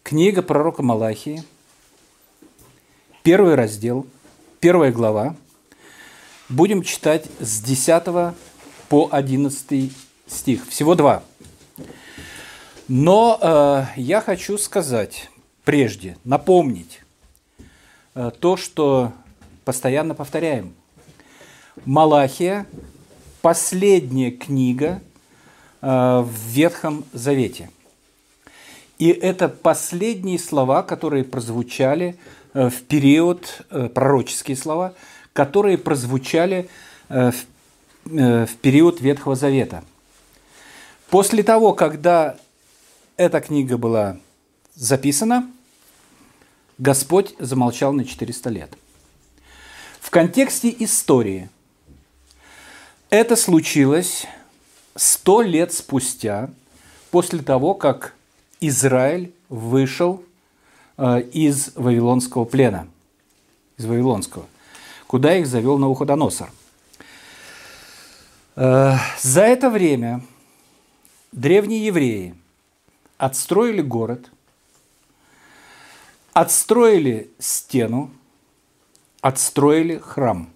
Книга пророка Малахии, 1 раздел, 1 глава. Будем читать с 10 по 11 стих. Всего 2. Но я хочу сказать прежде, напомнить то, что постоянно повторяем. Малахия – последняя книга в Ветхом Завете. И это последние слова, которые прозвучали в период, пророческие слова, которые прозвучали в период Ветхого Завета. После того, когда эта книга была записана, Господь замолчал на 400 лет. В контексте истории это случилось 100 лет спустя, после того, как Израиль вышел из Вавилонского плена, куда их завел Навуходоносор. За это время древние евреи отстроили город, отстроили стену, отстроили храм.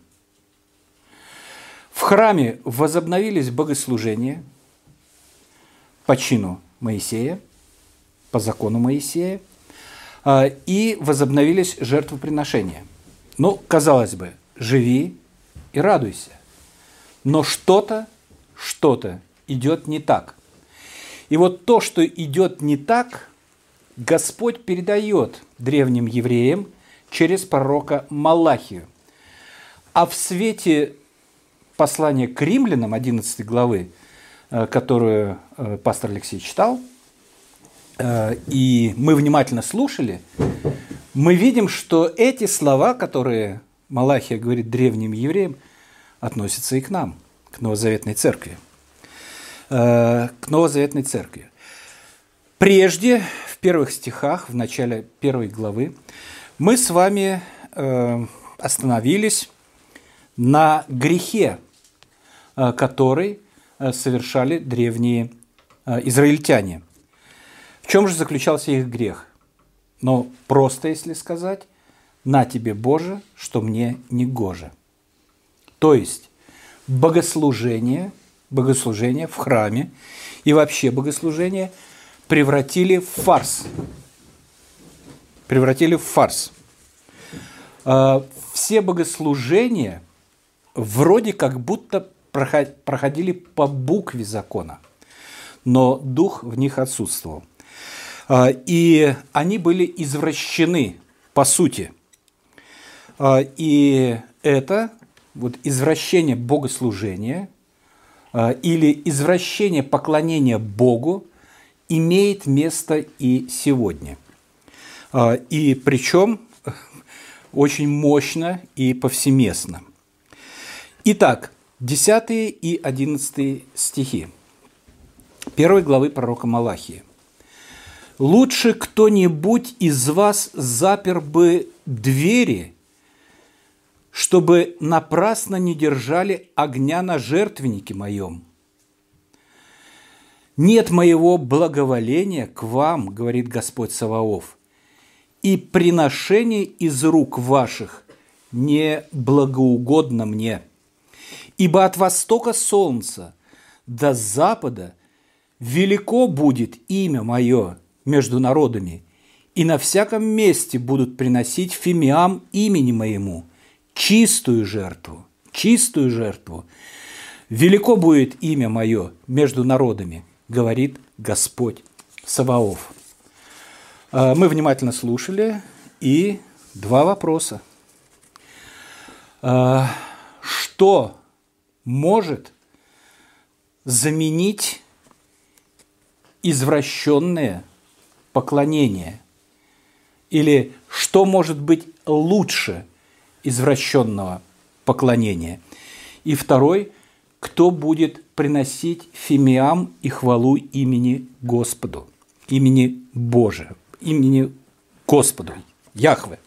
В храме возобновились богослужения по чину Моисея, по закону Моисея, и возобновились жертвоприношения. Ну, казалось бы, живи и радуйся. Но что-то идет не так. И вот то, что идет не так, Господь передает древним евреям через пророка Малахию. А в свете послания к римлянам, 11 главы, которую пастор Алексей читал, и мы внимательно слушали, мы видим, что эти слова, которые Малахия говорит древним евреям, относятся и к нам, к новозаветной церкви. Прежде, в первых стихах, в начале 1 главы, мы с вами остановились на грехе, который совершали древние израильтяне. В чем же заключался их грех? Но просто, если сказать, «На тебе, Боже, что мне не гоже». То есть богослужение в храме и вообще богослужение превратили в фарс. Все богослужения вроде как будто проходили по букве закона, но дух в них отсутствовал. И они были извращены по сути. И это вот извращение богослужения или извращение поклонения Богу имеет место и сегодня. И причем очень мощно и повсеместно. Итак, 10 и 11 стихи 1 главы пророка Малахии. «Лучше кто-нибудь из вас запер бы двери, чтобы напрасно не держали огня на жертвеннике моем. Нет моего благоволения к вам, говорит Господь Саваоф, и приношение из рук ваших не благоугодно мне. Ибо от востока солнца до запада велико будет имя мое между народами, и на всяком месте будут приносить фимиам имени моему, чистую жертву. Велико будет имя мое между народами, говорит Господь Саваоф». Мы внимательно слушали, и 2 вопроса. Что может заменить извращенное поклонение? Или что может быть лучше извращенного поклонения? И 2, кто будет приносить фимиам и хвалу имени Господу, имени Божию, имени Господу, Яхве.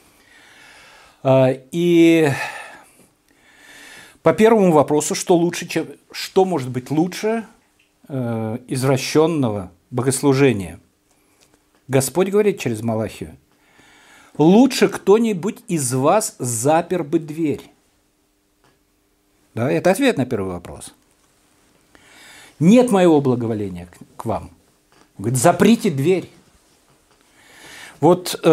И по первому вопросу, что может быть лучше извращенного богослужения? Господь говорит через Малахию: лучше кто-нибудь из вас запер бы дверь. Да, это ответ на первый вопрос. Нет моего благоволения к вам. Он говорит: заприте дверь. Вот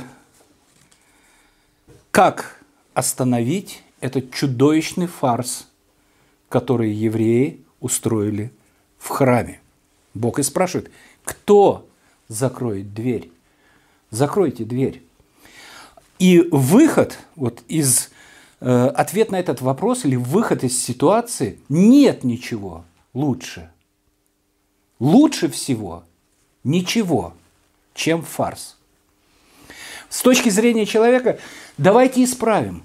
как остановить этот чудовищный фарс, который евреи устроили в храме? Бог и спрашивает: кто закроет дверь? Закройте дверь. И выход вот из ответ на этот вопрос или выход из ситуации: нет ничего лучше. Лучше всего ничего, чем фарс. С точки зрения человека, давайте исправим.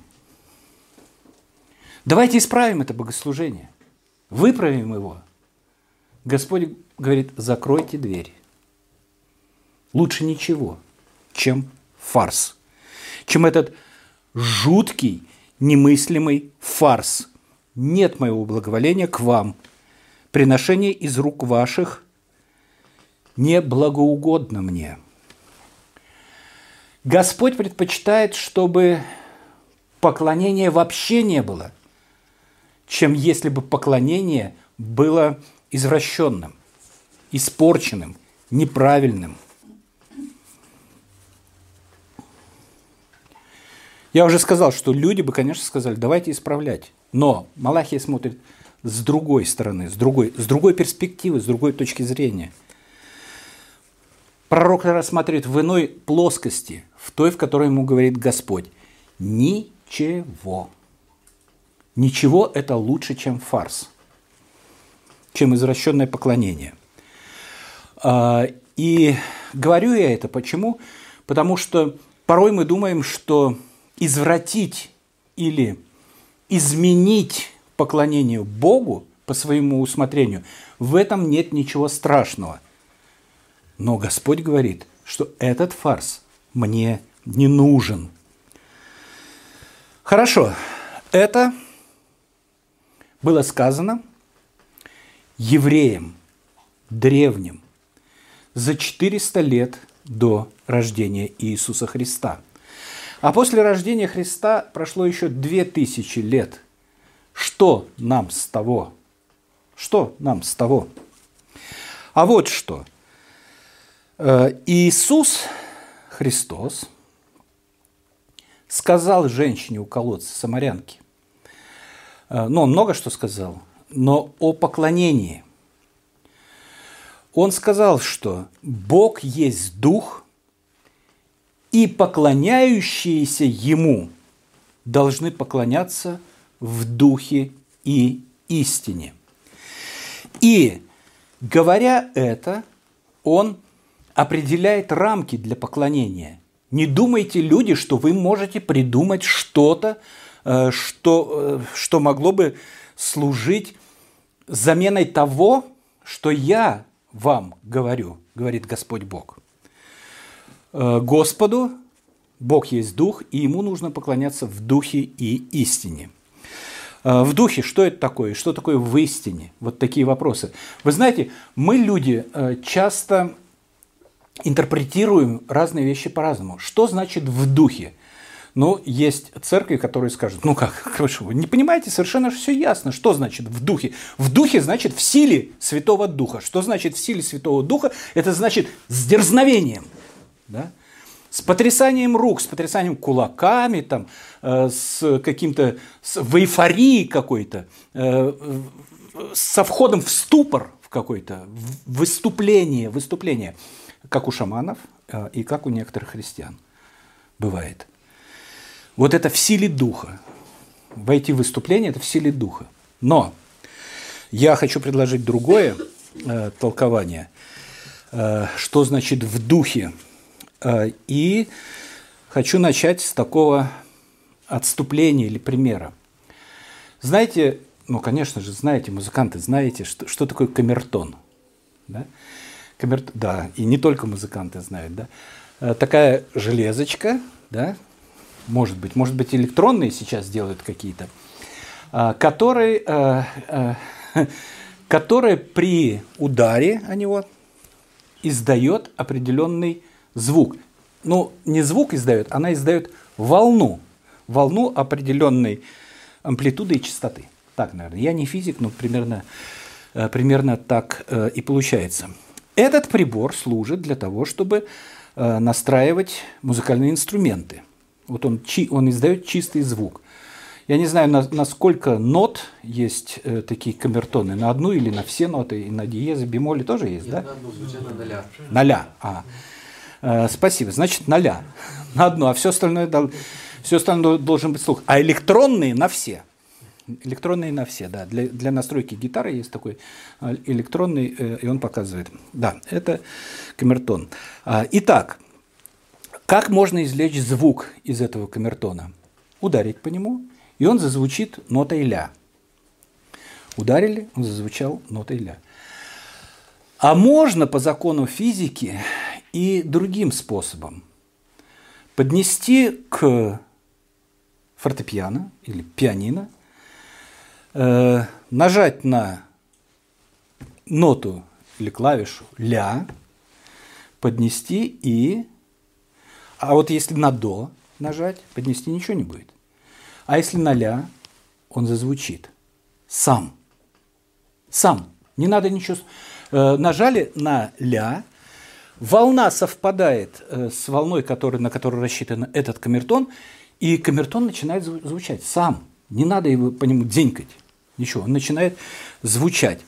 Давайте исправим это богослужение. Выправим его. Господь говорит: закройте дверь. Лучше ничего, чем фарс. Чем этот жуткий, немыслимый фарс. Нет моего благоволения к вам. Приношение из рук ваших не благоугодно мне. Господь предпочитает, чтобы поклонения вообще не было, чем если бы поклонение было извращенным, испорченным, неправильным. Я уже сказал, что люди бы, конечно, сказали: давайте исправлять. Но Малахия смотрит с другой стороны, с другой перспективы, с другой точки зрения. Пророк рассматривает в иной плоскости, в той, в которой ему говорит Господь: ничего. Ничего – это лучше, чем фарс, чем извращенное поклонение. И говорю я это почему? Потому что порой мы думаем, что извратить или изменить поклонению Богу по своему усмотрению, в этом нет ничего страшного. Но Господь говорит, что этот фарс мне не нужен. Хорошо, это было сказано евреям древним за 400 лет до рождения Иисуса Христа. А после рождения Христа прошло еще 2000 лет. Что нам с того? Что нам с того? А вот что. Иисус Христос сказал женщине у колодца, самарянке, ну, он много что сказал, но о поклонении. Он сказал, что Бог есть Дух, и поклоняющиеся Ему должны поклоняться в Духе и истине. И, говоря это, Он определяет рамки для поклонения. Не думайте, люди, что вы можете придумать что-то, что могло бы служить заменой того, что я вам говорю, говорит Господь Бог. Господу Бог есть Дух, и Ему нужно поклоняться в Духе и истине. В Духе что это такое? Что такое в истине? Вот такие вопросы. Вы знаете, мы, люди, часто интерпретируем разные вещи по-разному. Что значит в Духе? Ну, есть церкви, которые скажут: ну как, хорошо, вы не понимаете, совершенно все ясно, что значит в Духе. В Духе значит в силе Святого Духа. Что значит в силе Святого Духа? Это значит с дерзновением, да? С потрясанием рук, с потрясанием кулаками, там, с каким-то, в эйфории какой-то, со входом в ступор в какое-то, в выступление, как у шаманов и как у некоторых христиан бывает. Вот это в силе Духа. Войти в выступление – это в силе Духа. Но я хочу предложить другое толкование, что значит в Духе. И хочу начать с такого отступления или примера. Знаете, ну, конечно же, знаете, музыканты, знаете, что такое камертон? Да? Да, и не только музыканты знают. Да? Такая железочка, да? Может быть, электронные сейчас делают какие-то, которые при ударе о него издает определенный звук. Ну, не звук издает, она издает волну. Волну определенной амплитуды и частоты. Так, наверное. Я не физик, но примерно так и получается. Этот прибор служит для того, чтобы настраивать музыкальные инструменты. Вот он издает чистый звук. Я не знаю, на сколько нот есть такие камертоны. На одну или на все ноты, и на диезы, бемоли тоже есть, да? На одну, звучит на ля. На ля. Спасибо. Значит, на ля. На одну, а все остальное должен быть слух. А электронные на все. Электронные на все, да. Для настройки гитары есть такой электронный, и он показывает. Да, это камертон. Итак, как можно извлечь звук из этого камертона? Ударить по нему, и он зазвучит нотой ля. Ударили, он зазвучал нотой ля. А можно по закону физики и другим способом поднести к фортепиано или пианино, нажать на ноту или клавишу ля, поднести и... А вот если на до нажать, поднести ничего не будет. А если на ля, он зазвучит. Сам. Не надо ничего... Нажали на ля, волна совпадает с волной, на которую рассчитан этот камертон, и камертон начинает звучать сам. Не надо его по нему дзенькать. Ничего, он начинает звучать.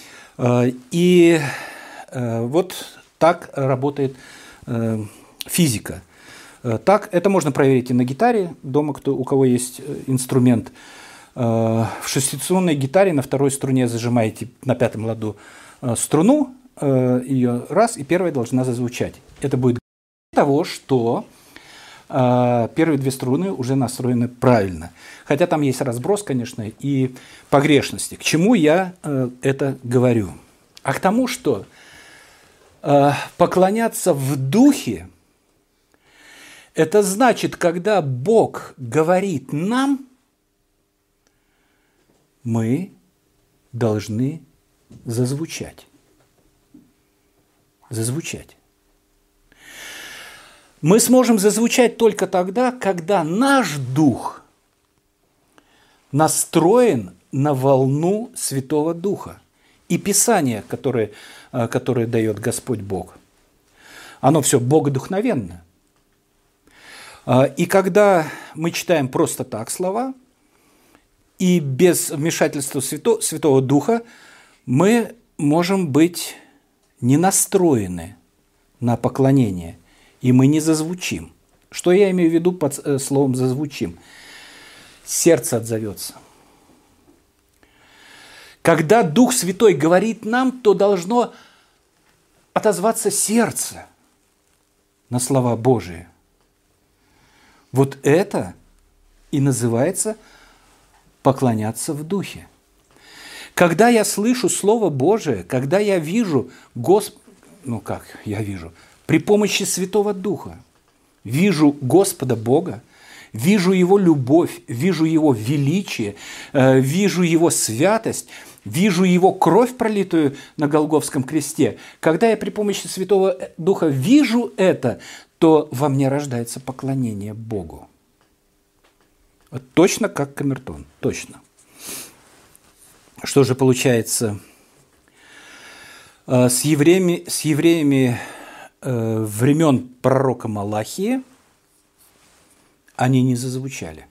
И вот так работает физика. Так, это можно проверить и на гитаре, дома, у кого есть инструмент. В шестиструнной гитаре на второй струне зажимаете на пятом ладу струну, ее раз, и первая должна зазвучать. Это будет того, что первые две струны уже настроены правильно. Хотя там есть разброс, конечно, и погрешности. К чему я это говорю? А к тому, что поклоняться в духе, это значит, когда Бог говорит нам, мы должны зазвучать. Мы сможем зазвучать только тогда, когда наш дух настроен на волну Святого Духа. И Писание, которое дает Господь Бог, оно все богодухновенно. И когда мы читаем просто так слова, и без вмешательства Святого Духа, мы можем быть не настроены на поклонение, и мы не зазвучим. Что я имею в виду под словом «зазвучим»? Сердце отзовется. Когда Дух Святой говорит нам, то должно отозваться сердце на слова Божии. Вот это и называется поклоняться в духе. Когда я слышу Слово Божие, когда я вижу при помощи Святого Духа, вижу Господа Бога, вижу Его любовь, вижу Его величие, вижу Его святость, вижу Его кровь, пролитую на Голгофском кресте. Когда я при помощи Святого Духа вижу это, то во мне рождается поклонение Богу. Вот точно как камертон, точно. Что же получается с евреями времен пророка Малахии? Они не зазвучали.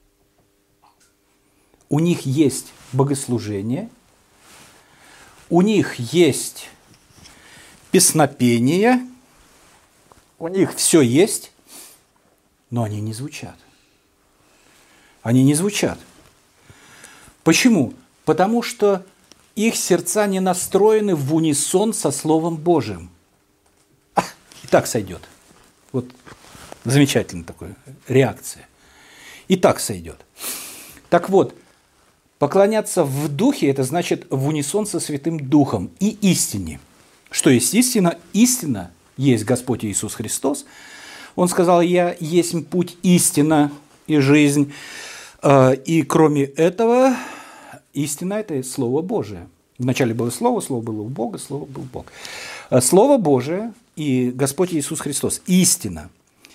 У них есть богослужение, у них есть песнопение, у них все есть, но они не звучат. Они не звучат. Почему? Потому что их сердца не настроены в унисон со Словом Божиим. И так сойдет. Вот замечательная такая реакция. И так сойдет. Так вот, поклоняться в духе – это значит в унисон со Святым Духом и истине. Что есть истина? Истина есть Господь Иисус Христос. Он сказал: «Я есть путь, истина и жизнь». И кроме этого, истина – это Слово Божие. Вначале было Слово, Слово было у Бога, Слово был Бог. Слово Божие и Господь Иисус Христос, истина.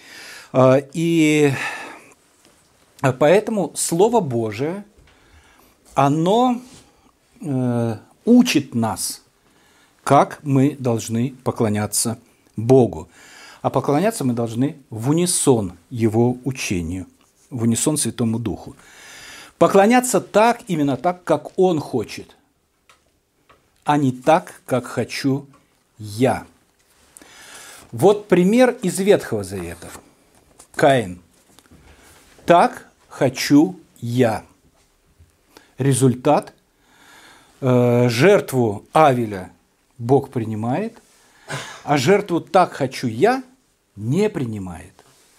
И поэтому Слово Божие, оно учит нас, как мы должны поклоняться Богу. А поклоняться мы должны в унисон Его учению, в унисон Святому Духу. Поклоняться так, именно так, как Он хочет, а не так, как хочу я. Вот пример из Ветхого Завета. Каин. Так хочу я. Результат. Жертву Авеля Бог принимает, а жертву «так хочу я» не принимает.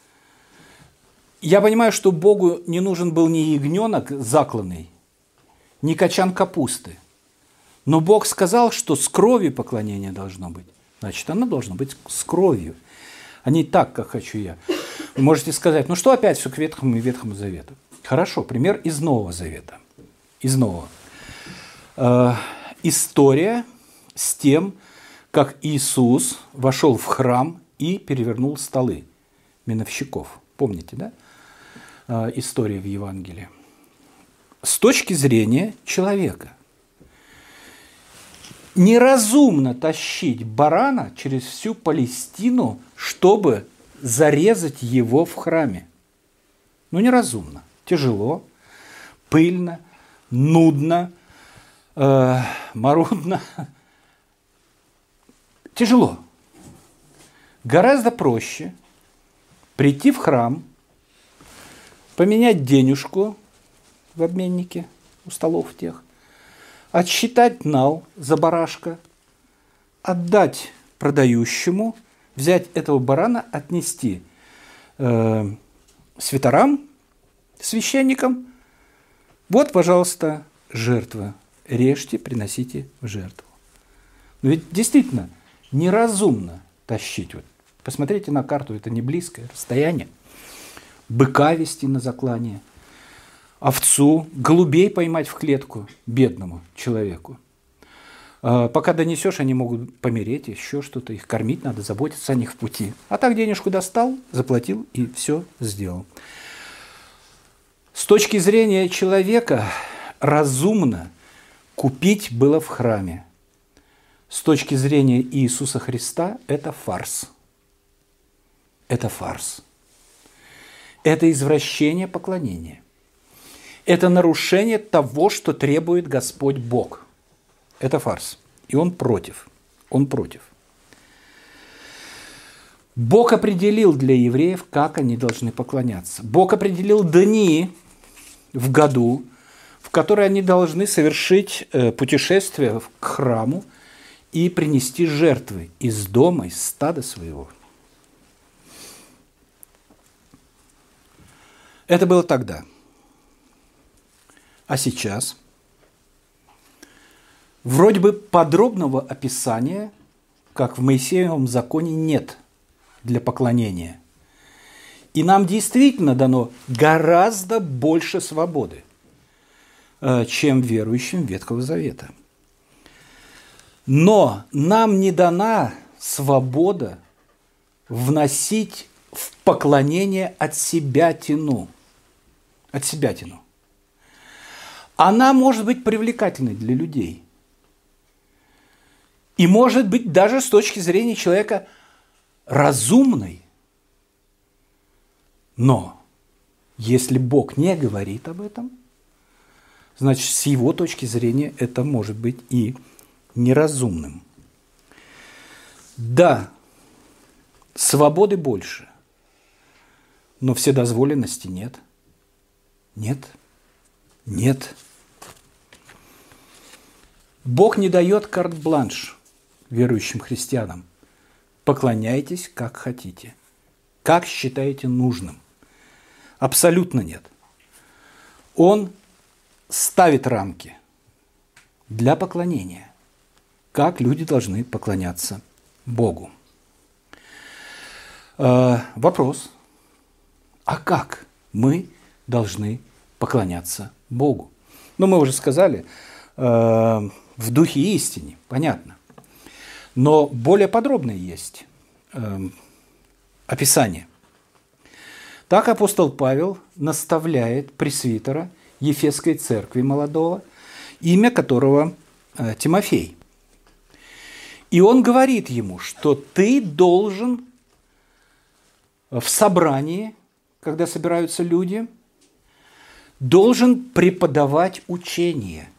Я понимаю, что Богу не нужен был ни ягненок закланный, ни качан капусты. Но Бог сказал, что с кровью поклонение должно быть. Значит, оно должно быть с кровью, а не так, как хочу я. Вы можете сказать, ну что опять все к Ветхому и Ветхому Завету? Хорошо, пример из Нового Завета. Из Нового. История с тем, как Иисус вошел в храм и перевернул столы миновщиков. Помните, да? История в Евангелии. С точки зрения человека. Неразумно тащить барана через всю Палестину, чтобы зарезать его в храме. Ну, неразумно. Тяжело, пыльно, нудно, марудно. Тяжело. Гораздо проще прийти в храм, поменять денежку в обменнике у столов тех, отсчитать нал за барашка, отдать продающему, взять этого барана, отнести святорам, священникам. Вот, пожалуйста, жертва. Режьте, приносите в жертву. Но ведь действительно неразумно тащить. Вот, посмотрите на карту, это не близкое расстояние. Быка вести на заклание, овцу, голубей поймать в клетку бедному человеку. Пока донесешь, они могут помереть, еще что-то, их кормить надо, заботиться о них в пути. А так денежку достал, заплатил и все сделал. С точки зрения человека разумно купить было в храме. С точки зрения Иисуса Христа это фарс. Это фарс. Это извращение поклонения. Это нарушение того, что требует Господь Бог. Это фарс. И Он против. Он против. Бог определил для евреев, как они должны поклоняться. Бог определил дни в году, в которые они должны совершить путешествие к храму и принести жертвы из дома, из стада своего. Это было тогда. А сейчас? Вроде бы подробного описания, как в Моисеевом законе, нет для поклонения. И нам действительно дано гораздо больше свободы, чем верующим Ветхого Завета. Но нам не дана свобода вносить в поклонение от себя тяну. От себя тяну. Она может быть привлекательной для людей. И может быть даже с точки зрения человека разумной. Но если Бог не говорит об этом, значит, с его точки зрения это может быть и неразумным. Да, свободы больше, но вседозволенности нет. Нет. Нет. Бог не дает карт-бланш верующим христианам. Поклоняйтесь, как хотите, как считаете нужным. Абсолютно нет. Он ставит рамки для поклонения, как люди должны поклоняться Богу. Вопрос, а как мы должны поклоняться Богу? Ну, мы уже сказали, в духе и истине, понятно. Но более подробно есть. описание. Так апостол Павел наставляет пресвитера Ефесской церкви молодого, имя которого Тимофей. И он говорит ему, что ты должен в собрании, когда собираются люди, должен преподавать учение,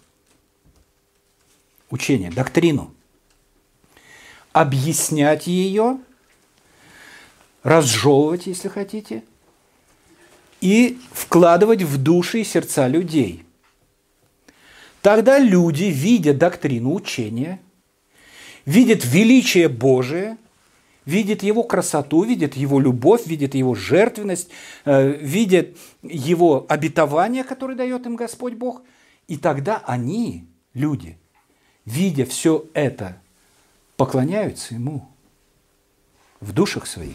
доктрину, объяснять ее, разжевывать, если хотите, и вкладывать в души и сердца людей. Тогда люди, видя доктрину учения, видят величие Божие, видят Его красоту, видят Его любовь, видят Его жертвенность, видят Его обетование, которое дает им Господь Бог. И тогда они, люди, видя все это, поклоняются Ему в душах своих.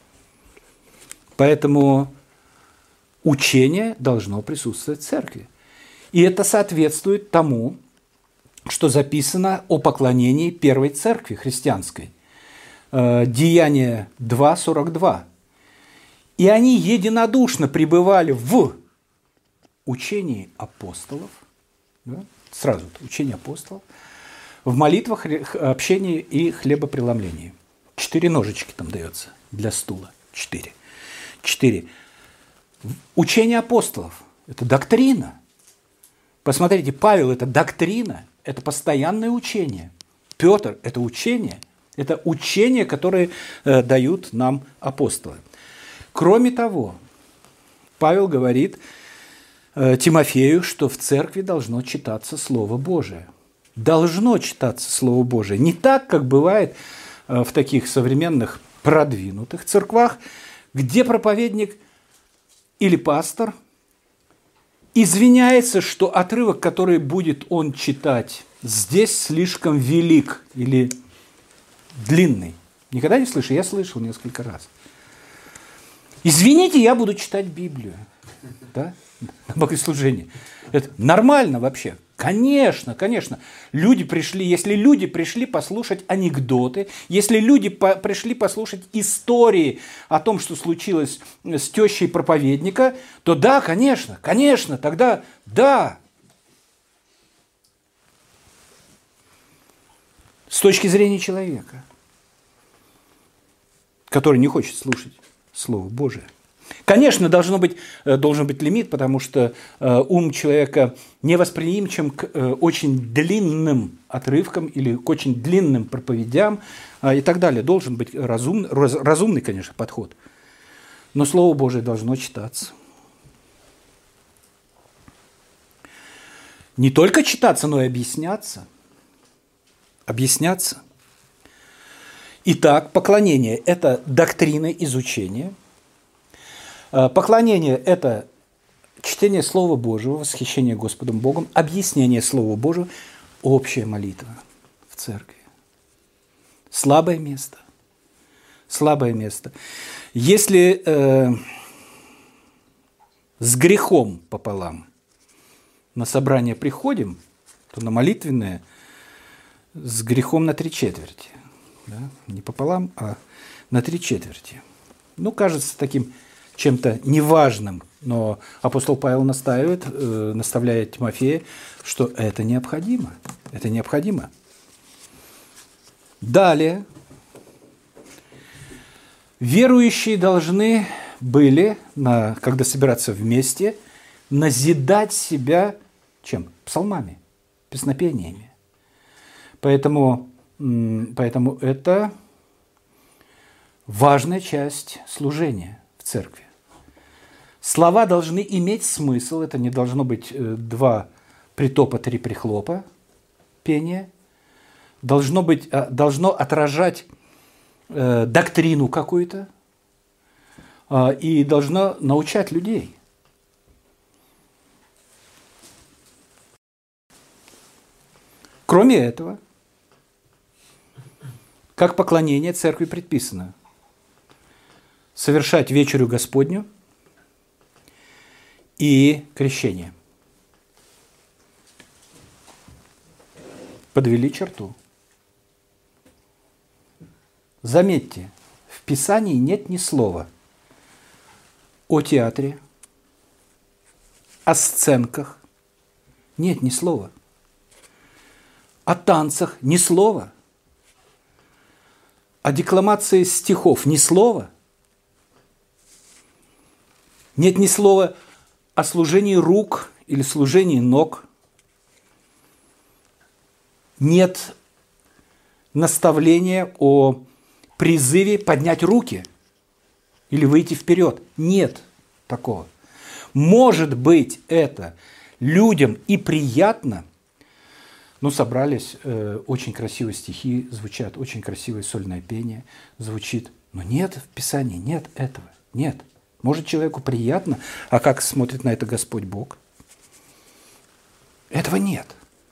Поэтому учение должно присутствовать в церкви. И это соответствует тому, что записано о поклонении первой церкви христианской. Деяния 2:42. И они единодушно пребывали в учении апостолов, да, сразу учение апостолов, в молитвах, общении и хлебопреломлении. 4 ножички там дается для стула. 4. Учение апостолов – это доктрина. Посмотрите, Павел – это доктрина, это постоянное учение. Петр – это учение, которое дают нам апостолы. Кроме того, Павел говорит Тимофею, что в церкви должно читаться Слово Божие. Должно читаться Слово Божие. Не так, как бывает в таких современных продвинутых церквах, где проповедник или пастор извиняется, что отрывок, который будет он читать, здесь слишком велик или длинный. Никогда не слышал? Я слышал несколько раз. Извините, я буду читать Библию. Да? На богослужении. Это нормально вообще. Конечно, конечно. Люди пришли, если люди пришли послушать анекдоты, если люди пришли послушать истории о том, что случилось с тещей проповедника, то да, конечно, тогда да. С точки зрения человека, который не хочет слушать Слово Божие. Конечно, должен быть лимит, потому что ум человека невосприимчив к очень длинным отрывкам или к очень длинным проповедям и так далее. Должен быть разумный, конечно, подход. Но Слово Божие должно читаться. Не только читаться, но и объясняться. Итак, поклонение – это доктрина изучения. Поклонение – это чтение Слова Божьего, восхищение Господом Богом, объяснение Слова Божьего, общая молитва в церкви. Слабое место. Если с грехом пополам на собрание приходим, то на молитвенное с грехом на 3/4. Да? Не пополам, а на 3/4. Кажется таким чем-то неважным, но апостол Павел наставляет Тимофея, что это необходимо. Далее. Верующие должны были, когда собираться вместе, назидать себя чем? Псалмами, песнопениями. Поэтому это важная часть служения в церкви. Слова должны иметь смысл, это не должно быть 2 притопа, 3 прихлопа пения. Должно отражать доктрину какую-то и должно научать людей. Кроме этого, как поклонение церкви предписано, совершать вечерю Господню и крещение. Подвели черту. Заметьте, в Писании нет ни слова о театре, о сценках. Нет ни слова. О танцах ни слова. О декламации стихов ни слова. Нет ни слова о служении рук или служении ног. Нет наставления о призыве поднять руки или выйти вперед. Нет такого. Может быть, это людям и приятно. Ну, собрались, очень красивые стихи звучат, очень красивое сольное пение звучит. Но нет в Писании, нет этого, нет. Может, человеку приятно, а как смотрит на это Господь Бог? Этого нет.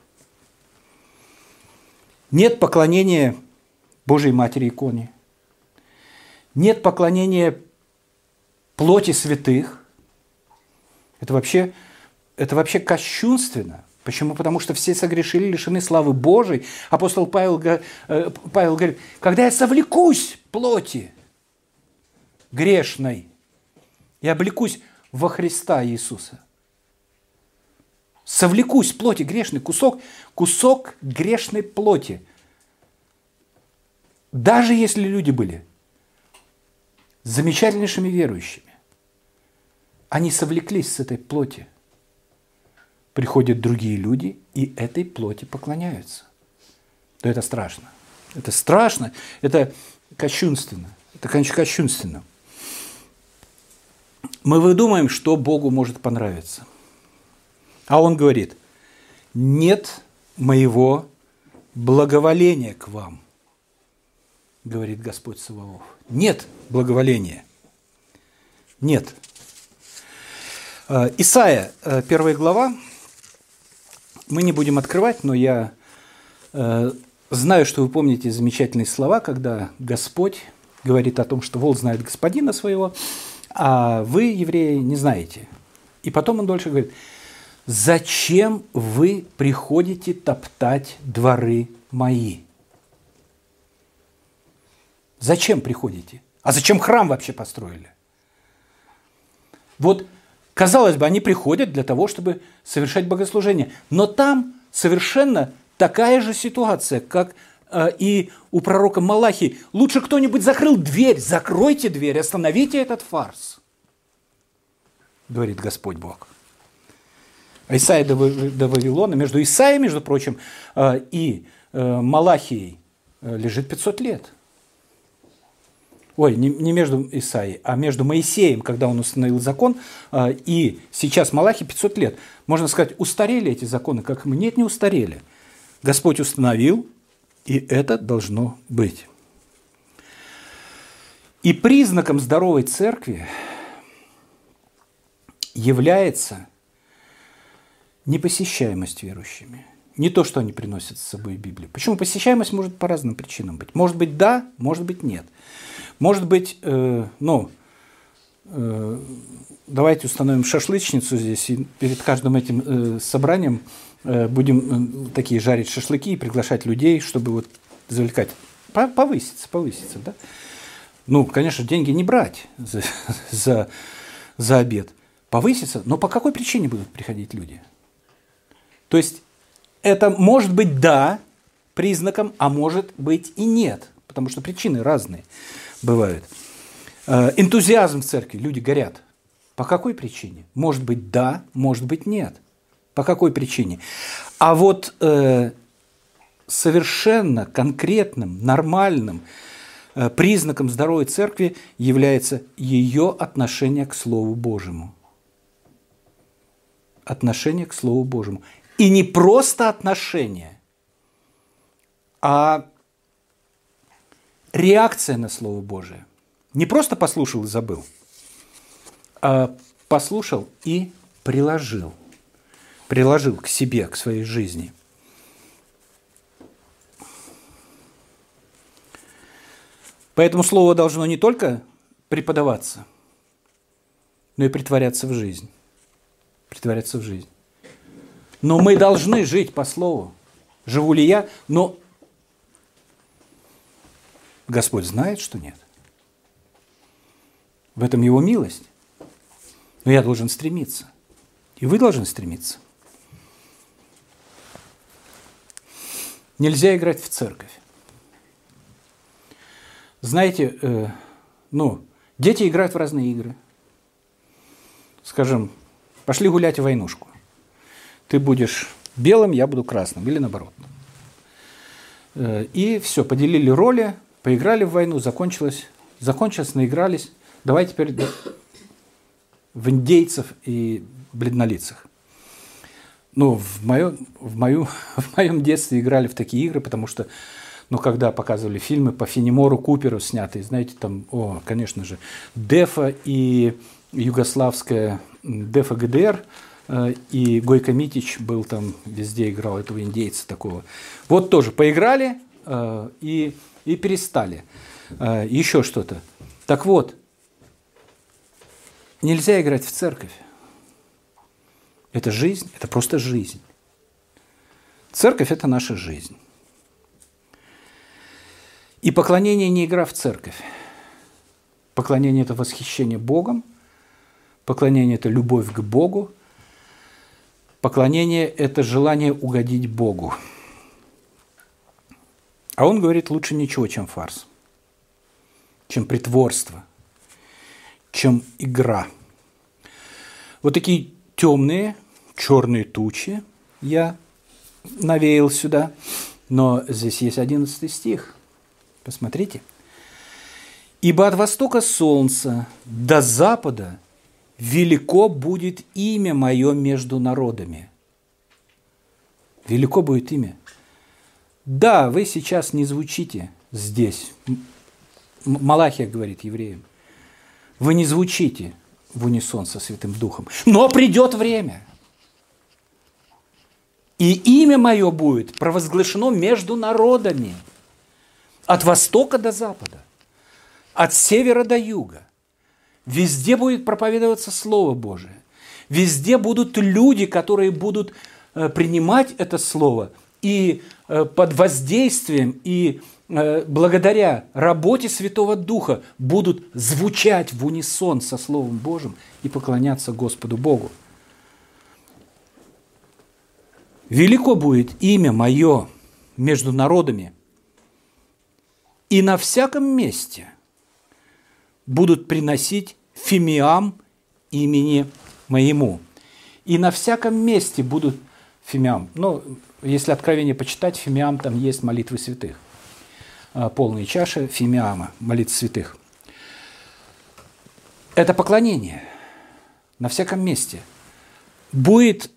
Нет поклонения Божьей Матери иконе. Нет поклонения плоти святых. Это вообще кощунственно. Почему? Потому что все согрешили, лишены славы Божией. Апостол Павел говорит, когда я совлекусь плоти грешной, я облекусь во Христа Иисуса. Совлекусь плоти грешной, кусок грешной плоти. Даже если люди были замечательнейшими верующими, они совлеклись с этой плоти. Приходят другие люди и этой плоти поклоняются. То это страшно. Это страшно, это кощунственно. Это, конечно, кощунственно. Мы выдумаем, что Богу может понравиться. А Он говорит, нет моего благоволения к вам, говорит Господь Саваоф. Нет благоволения. Нет. Исайя, 1 глава. Мы не будем открывать, но я знаю, что вы помните замечательные слова, когда Господь говорит о том, что вол знает господина своего, а вы, евреи, не знаете. И потом он дальше говорит, зачем вы приходите топтать дворы мои? Зачем приходите? А зачем храм вообще построили? Вот, казалось бы, они приходят для того, чтобы совершать богослужение. Но там совершенно такая же ситуация, как и у пророка Малахии. Лучше кто-нибудь закрыл дверь, закройте дверь, остановите этот фарс, говорит Господь Бог. А Исаия до Вавилона, между Исаией, между прочим, и Малахией лежит 500 лет. Ой, не между Исаией, а между Моисеем, когда он установил закон, и сейчас Малахи 500 лет. Можно сказать, устарели эти законы, как мы? Нет, не устарели. Господь установил, и это должно быть. И признаком здоровой церкви является непосещаемость верующими. Не то, что они приносят с собой Библию. Почему? Посещаемость может по разным причинам быть. Может быть, да, может быть, нет. Может быть, давайте установим шашлычницу здесь, и перед каждым этим собранием будем такие жарить шашлыки и приглашать людей, чтобы вот завлекать. Повыситься, да? Ну, конечно, деньги не брать за обед. Повыситься, но по какой причине будут приходить люди? То есть, это может быть да признаком, а может быть и нет, потому что причины разные бывают. Энтузиазм в церкви, люди горят. По какой причине? Может быть да, может быть нет. По какой причине? А вот совершенно конкретным, нормальным признаком здоровой церкви является ее отношение к Слову Божьему. Отношение к Слову Божьему. И не просто отношение, а реакция на Слово Божие. Не просто послушал и забыл, а послушал и приложил. Приложил к себе, к своей жизни. Поэтому Слово должно не только преподаваться, но и притворяться в жизнь. Притворяться в жизнь. Но мы должны жить по Слову. Живу ли я? Но Господь знает, что нет. В этом его милость. Но я должен стремиться. И вы должны стремиться. Нельзя играть в церковь. Знаете, дети играют в разные игры. Скажем, пошли гулять в войнушку. Ты будешь белым, я буду красным. Или наоборот. И все, поделили роли, поиграли в войну, закончилось, наигрались. Давай теперь в индейцев и бледнолицах. В моем детстве играли в такие игры, потому что, когда показывали фильмы по Фенемору Куперу снятые, знаете, там, конечно же, Дефа и югославская Дефа ГДР, и Гойко Митич был там, везде играл этого индейца такого. Вот тоже поиграли и перестали. Еще что-то. Так вот, нельзя играть в церковь. Это жизнь, это просто жизнь. Церковь – это наша жизнь. И поклонение не игра в церковь. Поклонение – это восхищение Богом. Поклонение – это любовь к Богу. Поклонение – это желание угодить Богу. А он говорит, лучше ничего, чем фарс, чем притворство, чем игра. Вот такие темные, черные тучи я навеял сюда. Но здесь есть 11 стих. Посмотрите. «Ибо от востока солнца до запада велико будет имя мое между народами». Велико будет имя. Да, вы сейчас не звучите здесь. Малахия говорит евреям. Вы не звучите в унисон со Святым Духом. Но придет время. И имя мое будет провозглашено между народами. От востока до запада. От севера до юга. Везде будет проповедоваться Слово Божие. Везде будут люди, которые будут принимать это Слово. И под воздействием, и благодаря работе Святого Духа будут звучать в унисон со Словом Божьим и поклоняться Господу Богу. Велико будет имя мое между народами, и на всяком месте будут приносить фимиам имени моему. И на всяком месте будут фимиам. Если Откровение почитать, фимиам там есть молитвы святых. Полные чаши фимиама, молитв святых. Это поклонение на всяком месте. Будет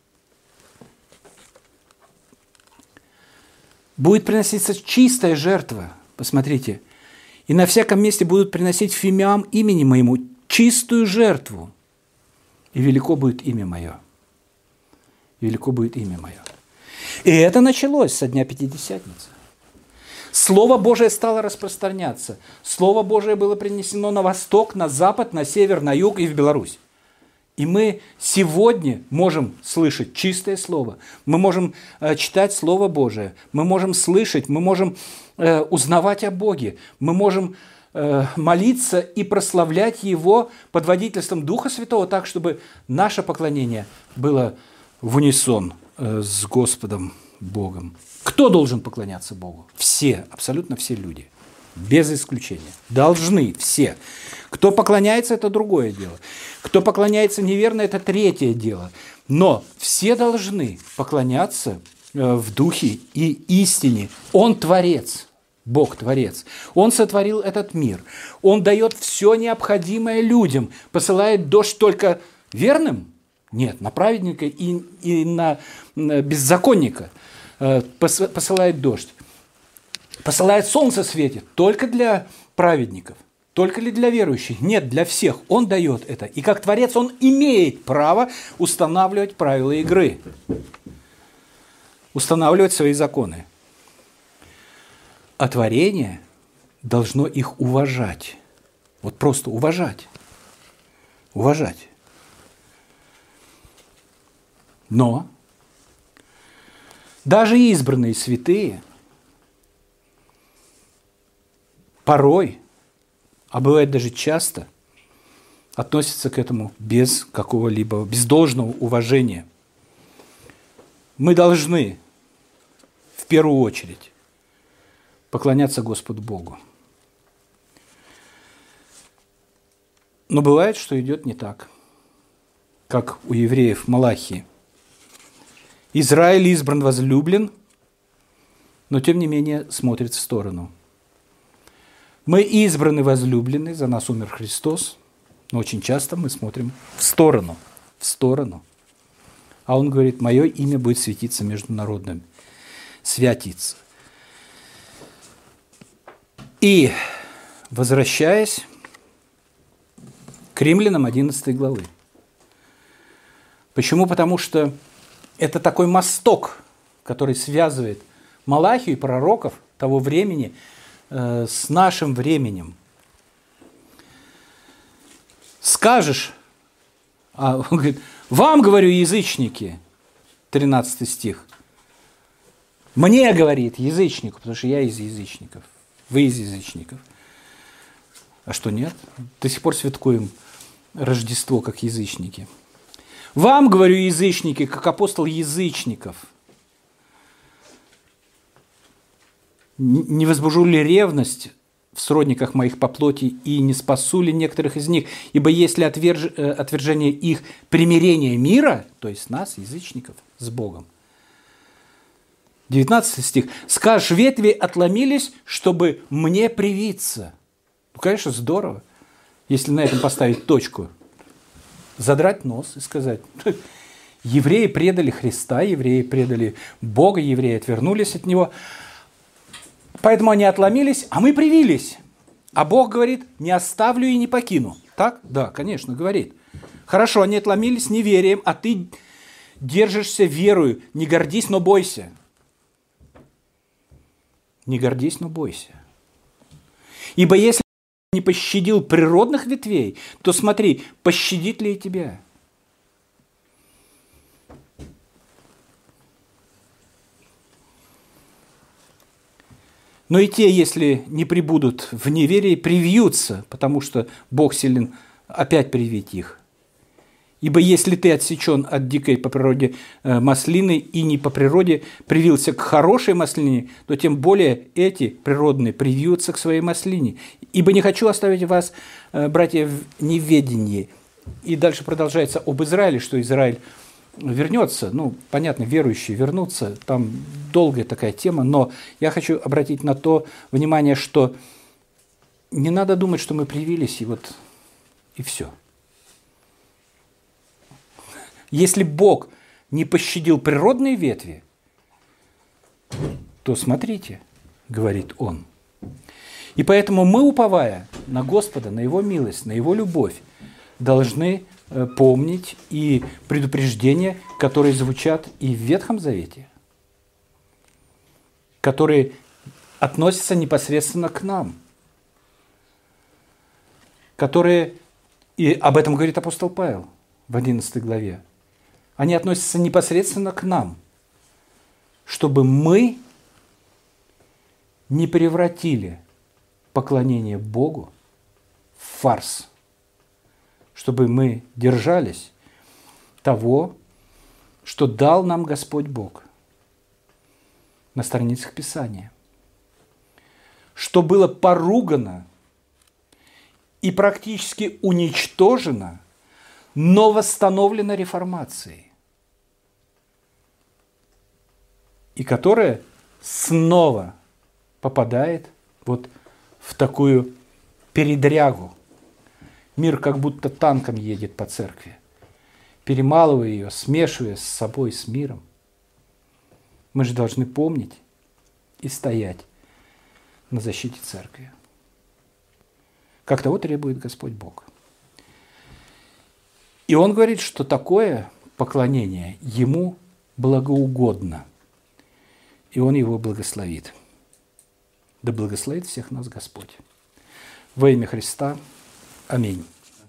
приноситься чистая жертва. Посмотрите. И на всяком месте будут приносить фимиам имени моему чистую жертву. И велико будет имя мое. И велико будет имя мое. И это началось со дня Пятидесятницы. Слово Божие стало распространяться. Слово Божие было принесено на восток, на запад, на север, на юг и в Беларусь. И мы сегодня можем слышать чистое Слово. Мы можем читать Слово Божие. Мы можем слышать, мы можем узнавать о Боге. Мы можем молиться и прославлять Его под водительством Духа Святого так, чтобы наше поклонение было в унисон с Господом Богом. Кто должен поклоняться Богу? Все, абсолютно все люди. Без исключения. Должны все. Кто поклоняется, это другое дело. Кто поклоняется неверно, это третье дело. Но все должны поклоняться в духе и истине. Он Творец. Бог Творец. Он сотворил этот мир. Он дает все необходимое людям. Посылает дождь только верным? Нет, на праведника и на беззаконника посылает дождь. Посылает солнце светит только для праведников. Только ли для верующих? Нет, для всех. Он дает это. И как Творец он имеет право устанавливать правила игры. Устанавливать свои законы. А творение должно их уважать. Вот просто уважать. Уважать. Но даже избранные святые порой, а бывает даже часто, относится к этому без какого-либо, без должного уважения. Мы должны в первую очередь поклоняться Господу Богу. Но бывает, что идет не так, как у евреев Малахии. Израиль избран, возлюблен, но тем не менее смотрит в сторону. Мы избраны, возлюблены, за нас умер Христос, но очень часто мы смотрим в сторону. А он говорит, мое имя будет светиться между народами, святиться. И, возвращаясь к Римлянам 11 главы. Почему? Потому что это такой мосток, который связывает Малахию и пророков того времени с нашим временем. Скажешь, он говорит, вам, говорю, язычники, 13 стих, мне, говорит, язычнику, потому что я из язычников, вы из язычников. А что нет? До сих пор святкуем Рождество как язычники. Вам, говорю, язычники, как апостол язычников. Не возбужу ли ревность в сродниках моих по плоти и не спасу ли некоторых из них? Ибо если отвержение их примирение мира, то есть нас, язычников, с Богом. 19 стих. Скажешь, ветви отломились, чтобы мне привиться. Ну, конечно, здорово, если на этом поставить точку. Задрать нос и сказать, евреи предали Христа, евреи предали Бога, евреи отвернулись от Него. Поэтому они отломились, а мы привились. А Бог говорит, не оставлю и не покину. Так? Да, конечно, говорит. Хорошо, они отломились неверием, а ты держишься верою. Не гордись, но бойся. Не гордись, но бойся. Ибо если не пощадил природных ветвей, то смотри, пощадит ли и тебя. Но и те, если не пребудут в неверии, привьются, потому что Бог силен опять привить их. Ибо если ты отсечен от дикой по природе маслины и не по природе привился к хорошей маслине, то тем более эти природные привьются к своей маслине. Ибо не хочу оставить вас, братья, в неведении. И дальше продолжается об Израиле, что Израиль вернется. Ну, понятно, верующие вернутся. Там долгая такая тема, но я хочу обратить на то внимание, что не надо думать, что мы привились, и все. Если Бог не пощадил природные ветви, то смотрите, говорит Он. И поэтому мы, уповая на Господа, на Его милость, на Его любовь, должны помнить и предупреждения, которые звучат и в Ветхом Завете, которые относятся непосредственно к нам, которые, и об этом говорит апостол Павел в 11 главе, они относятся непосредственно к нам, чтобы мы не превратили поклонение Богу в фарс, чтобы мы держались того, что дал нам Господь Бог на страницах Писания, что было поругано и практически уничтожено, но восстановлено реформацией, и которая снова попадает вот в такую передрягу. Мир как будто танком едет по церкви, перемалывая ее, смешивая с собой, с миром. Мы же должны помнить и стоять на защите церкви, как того требует Господь Бог. И Он говорит, что такое поклонение Ему благоугодно, и Он его благословит. Да благословит всех нас Господь. Во имя Христа. Аминь.